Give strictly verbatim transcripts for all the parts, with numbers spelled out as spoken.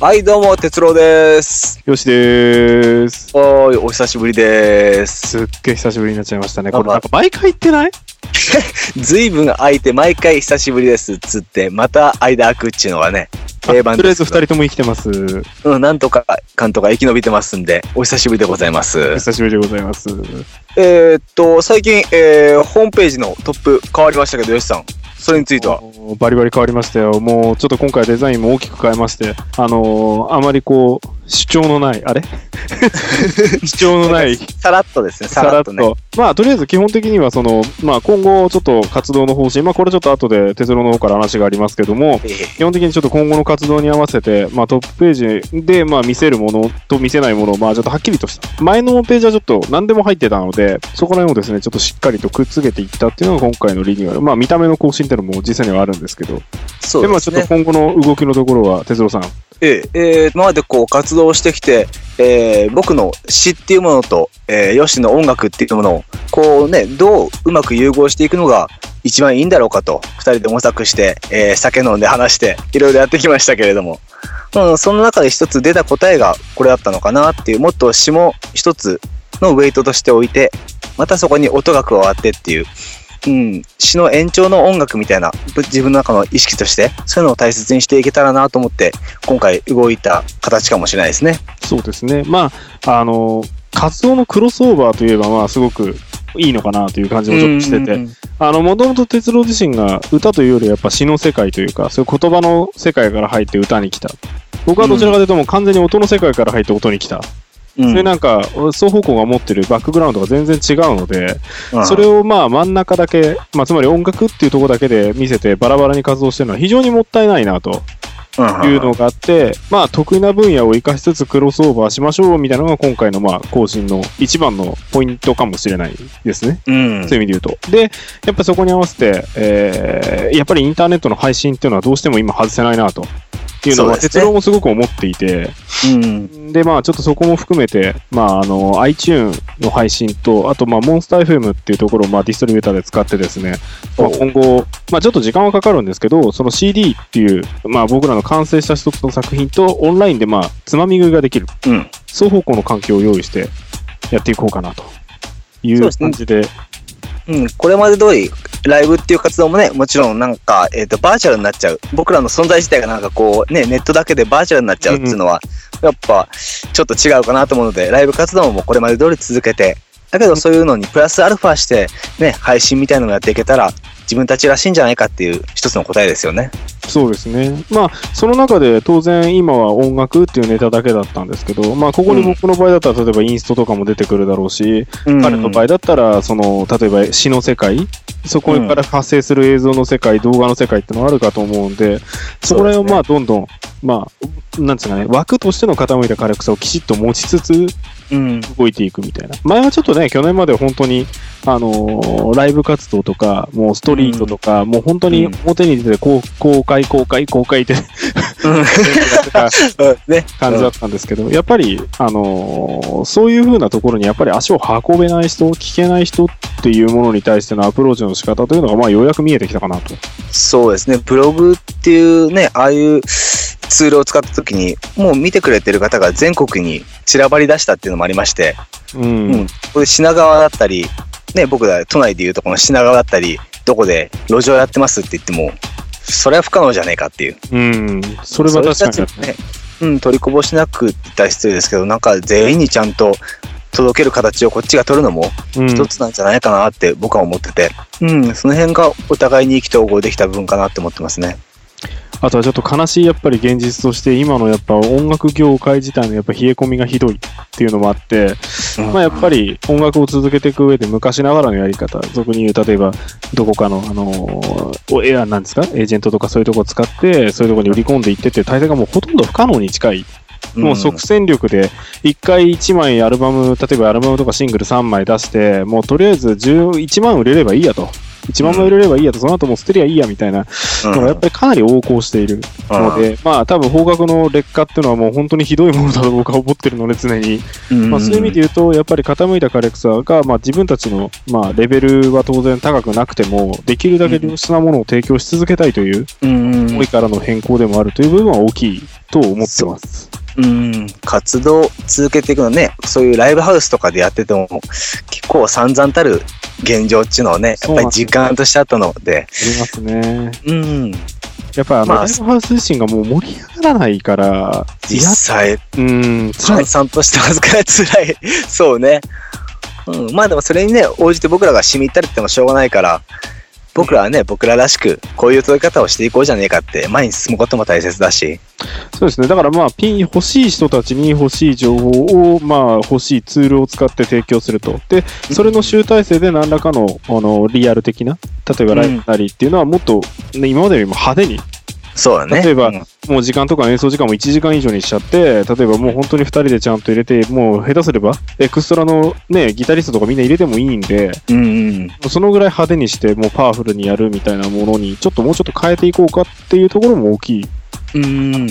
はい、どうも、哲郎です。 よしでーす。 おーい、お久しぶりでーす。 すっげー久しぶりになっちゃいましたね。これなんか毎回言ってない？ ずいぶん空いて、毎回久しぶりですっつって、また間空くっちゅうのはね、定番です。 とりあえず二人とも生きてます。 うん、なんとか、かんとか生き延びてますんで、お久しぶりでございます。 お久しぶりでございます。 えーっと、最近、えー、ホームページのトップ変わりましたけど、よしさん。それについてはバリバリ変わりましたよ。もうちょっと今回デザインも大きく変えまして、あのー、あまりこう主張のないあれ主張のないさらっとですね。さらっとね。 まあとりあえず基本的にはそのまあ今後ちょっと活動の方針、まあこれちょっと後で哲郎の方から話がありますけども、えー、基本的にちょっと今後の活動に合わせてまあトップページでまあ見せるものと見せないものをまあちょっとはっきりとした前のページはちょっと何でも入ってたので、そこら辺をですねちょっとしっかりとくっつけていったっていうのが今回のリニューアル。まあ見た目の更新っていうのも実際にはあるんですけど、 そうですね。でまあちょっと今後の動きのところは哲郎さん。 えええー、今までこう活動してきて、えー、僕の詩っていうものと、えー、ヨシの音楽っていうものをこうね、どううまく融合していくのが一番いいんだろうかと二人で模索して、えー、酒飲んで話していろいろやってきましたけれども、うん、その中で一つ出た答えがこれだったのかなっていう、もっと詩も一つのウェイトとして置いて、またそこに音が加わってっていう、うん、詩の延長の音楽みたいな自分の中の意識としてそういうのを大切にしていけたらなと思って今回動いた形かもしれないですね。 そうですね。まああの活動のクロスオーバーといえばまあすごくいいのかなという感じもちょっとしてて、あのもともと哲郎自身が歌というよりやっぱ詩の世界というかそういう言葉の世界から入って歌に来た。僕はどちらかというともう完全に音の世界から入って音に来た。うん、それなんか双方向が持ってるバックグラウンドが全然違うので、うん、それをまあ真ん中だけ、まあ、つまり音楽っていうところだけで見せてバラバラに活動してるのは非常にもったいないなというのがあって、まあ得意な分野を生かしつつクロスオーバーしましょうみたいなのが今回のまあ更新の一番のポイントかもしれないですね、うん、そういう意味で言うと。でやっぱそこに合わせて、えー、やっぱりインターネットの配信っていうのはどうしても今外せないなとっていうのは哲郎もすごく思っていて、うん、でまあちょっとそこも含めて、まあ、あの iTunes の配信とあとまあモンスター エフエム っていうところをまあディストリビューターで使ってですね、まあ、今後、まあ、ちょっと時間はかかるんですけどその シーディー っていう、まあ、僕らの完成した一つの作品とオンラインでまあつまみ食いができる、うん、双方向の環境を用意してやっていこうかなという感じで。 うん、これまで通りライブっていう活動もね、もちろんなんか、えっと、バーチャルになっちゃう。僕らの存在自体がなんかこう、ね、ネットだけでバーチャルになっちゃうっていうのは、うん、やっぱ、ちょっと違うかなと思うので、ライブ活動もこれまで通り続けて、だけどそういうのにプラスアルファして、ね、配信みたいなのをやっていけたら、自分たちらしいんじゃないかっていう一つの答えですよね。 そうですね。まあその中で当然今は音楽っていうネタだけだったんですけど、まあここに僕の場合だったら例えばインストとかも出てくるだろうし、うん、彼の場合だったらその例えば詩の世界、そこから発生する映像の世界、動画の世界ってのがあるかと思うんで、そこら辺をまあどんどんまあなんですかね、枠としての傾いた軽さをきちっと持ちつつ動いていくみたいな。前はちょっとね去年まで本当にあのー、ライブ活動とかもうストリートとか、うん、もう本当に表に出て公開公開公開って感じだったんですけど、やっぱり、あのー、そういう風なところにやっぱり足を運べない人、聞けない人っていうものに対してのアプローチの仕方というのがまあようやく見えてきたかなと。 そうですね。ブログっていうね、ああいうツールを使った時にもう見てくれてる方が全国に散らばり出したっていうのもありまして、うん、うん、これ品川だったりね、僕ら都内でいうとこの品川だったりどこで路上やってますって言ってもそれは不可能じゃねえかっていう、うん、 それは確かにね、うん、取りこぼしなくって言ったら失礼ですけど、なんか全員にちゃんと届ける形をこっちが取るのも一つなんじゃないかなって僕は思ってて、うん、うん、その辺がお互いに意気投合できた部分かなって思ってますね。 あとはちょっと悲しいやっぱり現実として今のやっぱ音楽業界自体のやっぱ冷え込みがひどいっていうのもあって、うん、まあやっぱり音楽を続けていく上で昔ながらのやり方、俗に言う例えばどこかのあのエアなんですかエージェントとかそういうとこを使ってそういうとこに売り込んでいってって大体がもうほとんど不可能に近い。もう即戦力でいっかいいちまいアルバム、例えばアルバムとかシングルさんまい出してもうとりあえずじゅういちまん売れればいいやと、いちまんまい売れればいいやと、その後もう捨てりゃいいやみたいなのがやっぱりかなり横行しているので、まあ多分邦楽の劣化っていうのはもう本当にひどいものだと僕は思ってるので常に、まあそういう意味で言うとやっぱり傾いた枯れ草がまあ自分たちのまあレベルは当然高くなくてもできるだけ良質なものを提供し続けたいという思いからの変更でもあるという部分は大きいと思ってます。 うん、活動続けていくのね、そういうライブハウスとかでやってても結構散々たる現状っていうのをね、やっぱり時間としてあったので。 ありますね。 うん。 やっぱあの、まあ、ライブハウス自身がもう盛り上がらないから、 実際、 うん、 辛い。散々としてますから辛い。そうね。うん、まあでもそれにね、応じて僕らが染み入ったりってもしょうがないから、僕らはね、うん、僕ららしく、こういう届け方をしていこうじゃねえかって、前に進むことも大切だし。 そうですね。だからまあ、ピン、欲しい人たちに欲しい情報を、まあ、欲しいツールを使って提供すると。で、それの集大成で何らかの、あの、リアル的な、例えばライブなりっていうのはもっと、ね、今までよりも派手に、 そうだね。 例えば、うん、もう時間とか演奏時間もいちじかん以上にしちゃって、例えばもう本当にふたりでちゃんと入れて、もう下手すれば、エクストラのね、ギタリストとかみんな入れてもいいんで、 うんうん、 そのぐらい派手にして、もうパワフルにやるみたいなものに、ちょっともうちょっと変えていこうかっていうところも大きい。 うん、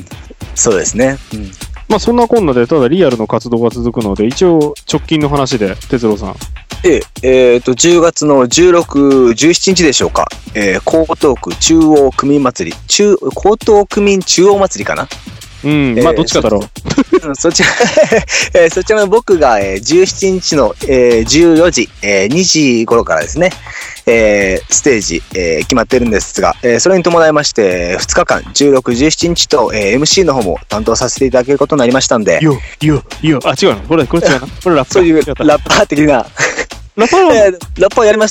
そうですね。うん、 まあそんなこんなで、ただリアルの活動が続くので、一応直近の話で、哲郎さん。 ええ、えーと、じゅうがつのじゅうろく、じゅうしちにちでしょうか。えー、江東区中央区民祭り、中、江東区民中央祭りかな。 うん、えー、まあどっちかだろう。そちら、えー、そちらの僕が、えー、じゅうしちにちの、えー、じゅうよじ、えー、にじ頃からですね、えー、ステージ、えー、決まってるんですが、えー、それに伴いまして、ふつかかん、じゅうろく、じゅうしちにちと、えー、エムシー の方も担当させていただけることになりましたんで。 よ、よ、よ、あ、違うのこれ、これ違うな。これラッパー。 そういうラッパー的な。 ラッパー、 えー、ラッパーやります。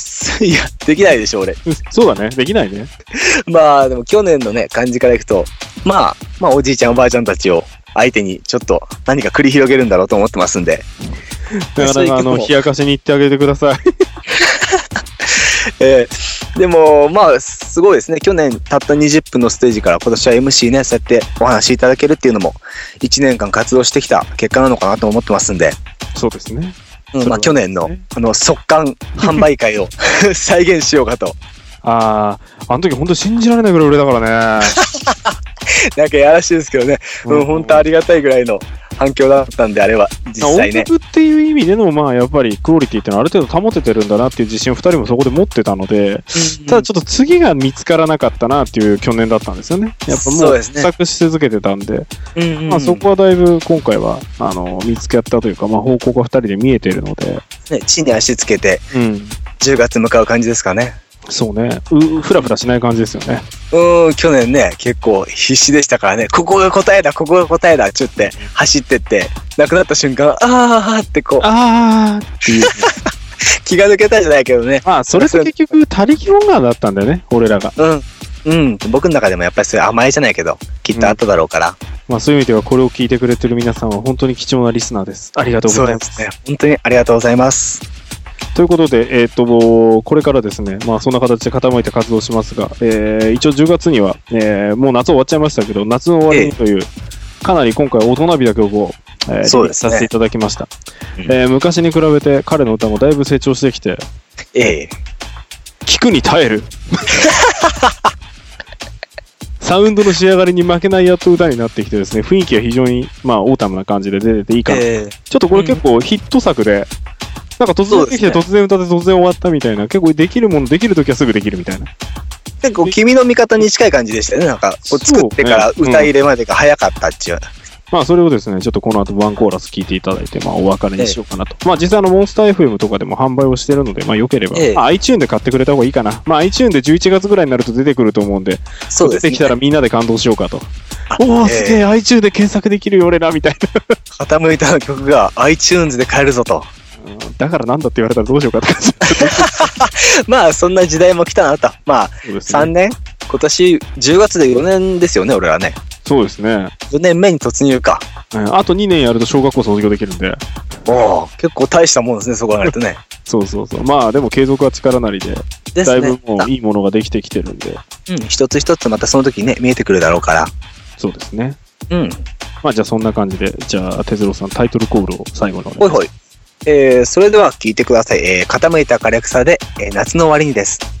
いや、できないでしょ、俺。 そうだね。できないね。 まあ、でも去年のね、感じからいくと、まあ、まあ、おじいちゃん、おばあちゃんたちを相手に、ちょっと何か繰り広げるんだろうと思ってますんで。 だから、あの、冷やかしに行ってあげてください。 えー、でも、まあ、すごいですね。去年、たったにじゅっぷんのステージから、今年は エムシー ね、そうやってお話しいただけるっていうのも、いちねんかん活動してきた結果なのかなと思ってますんで。 そうですね。 うん、まあ、去年の、あの、速乾販売会を再現しようかと。 ああ、あの時本当信じられないぐらい売れたからね。 なんかやらしいですけどね、うん、本当ありがたいぐらいの反響だったんで、あれは実際ね。 音楽っていう意味での、まあやっぱりクオリティっていうのはある程度保ててるんだなっていう自信をふたりもそこで持ってたので、うんうん、ただちょっと次が見つからなかったなっていう去年だったんですよね。やっぱもう模索し続けてたんで、うんうんうん、まあそこはだいぶ今回はあの見つけたというか、まあ方向がふたりで見えているので、 ね、地に足つけて、うん、じゅうがつ向かう感じですかね。 そうね、うふらふらしない感じですよね。 うん、去年ね、結構必死でしたからね、ここが答えだ、ここが答えだって言って走ってって、なくなった瞬間、あーってこう、 あーっていう、ね、 気が抜けたじゃないけどね。 まあ、それって結局、他力本願だったんだよね、俺らが。 うん、うん、僕の中でもやっぱりそういう甘えじゃないけど、きっとあっただろうから。うん、 まあ、そういう意味では、これを聞いてくれてる皆さんは本当に貴重なリスナーです。ありがとうございます。 そうですね、本当にありがとうございます。 ということで、えっと、これからですね、まあそんな形で傾いて活動しますが、えー、一応じゅうがつには、えー、もう夏終わっちゃいましたけど、夏の終わりにという、えー、かなり今回大人びた曲を、えー、そうですね、させていただきました、うん、えー。昔に比べて彼の歌もだいぶ成長してきて、 ええー、聞くに耐える。サウンドの仕上がりに負けないやっと歌になってきてですね、雰囲気が非常に、まあオータムな感じで出てていいかな、えー。ちょっとこれ結構ヒット作で、うん、なんか突然できて突然歌って突然終わったみたいな、結構できるものできるときはすぐできるみたいな。 結構君の味方に近い感じでしたよね。なんかこう作ってから歌入れまでが早かったっていう。うん、 まあそれをですね、ちょっとこの後ワンコーラス聴いていただいて、まあお別れにしようかなと。ええ、まあ実際あのモンスター エフエム とかでも販売をしてるので、まあ良ければ、ええ、まあ iTunes で買ってくれた方がいいかな。まあ iTunes でじゅういちがつぐらいになると出てくると思うんで、そうですね、出てきたらみんなで感動しようかと。おお、すげえ、iTunes で検索できるよ俺らみたいな。傾いた曲が iTunes で買えるぞと。 だからなんだって言われたらどうしようかって感じ。 まあそんな時代も来たなと。まあ、ね、さんねん、今年じゅうがつでよねんですよね、俺らね。 そうですね。 よねんめに突入か。 あとにねんやると小学校卒業できるんで。 おお、結構大したもんですね、そこられてね。 そうそうそう。まあでも継続は力なりで、ですね、だいぶもういいものができてきてるんで。 うん、一つ一つまたその時ね、見えてくるだろうから。 そうですね。 うん。 まあじゃあそんな感じで、じゃあ哲郎さんタイトルコールを最後の。 ほいほい。えー、それでは聞いてください。えー、傾いた枯れ草で、えー、夏の終わりにです。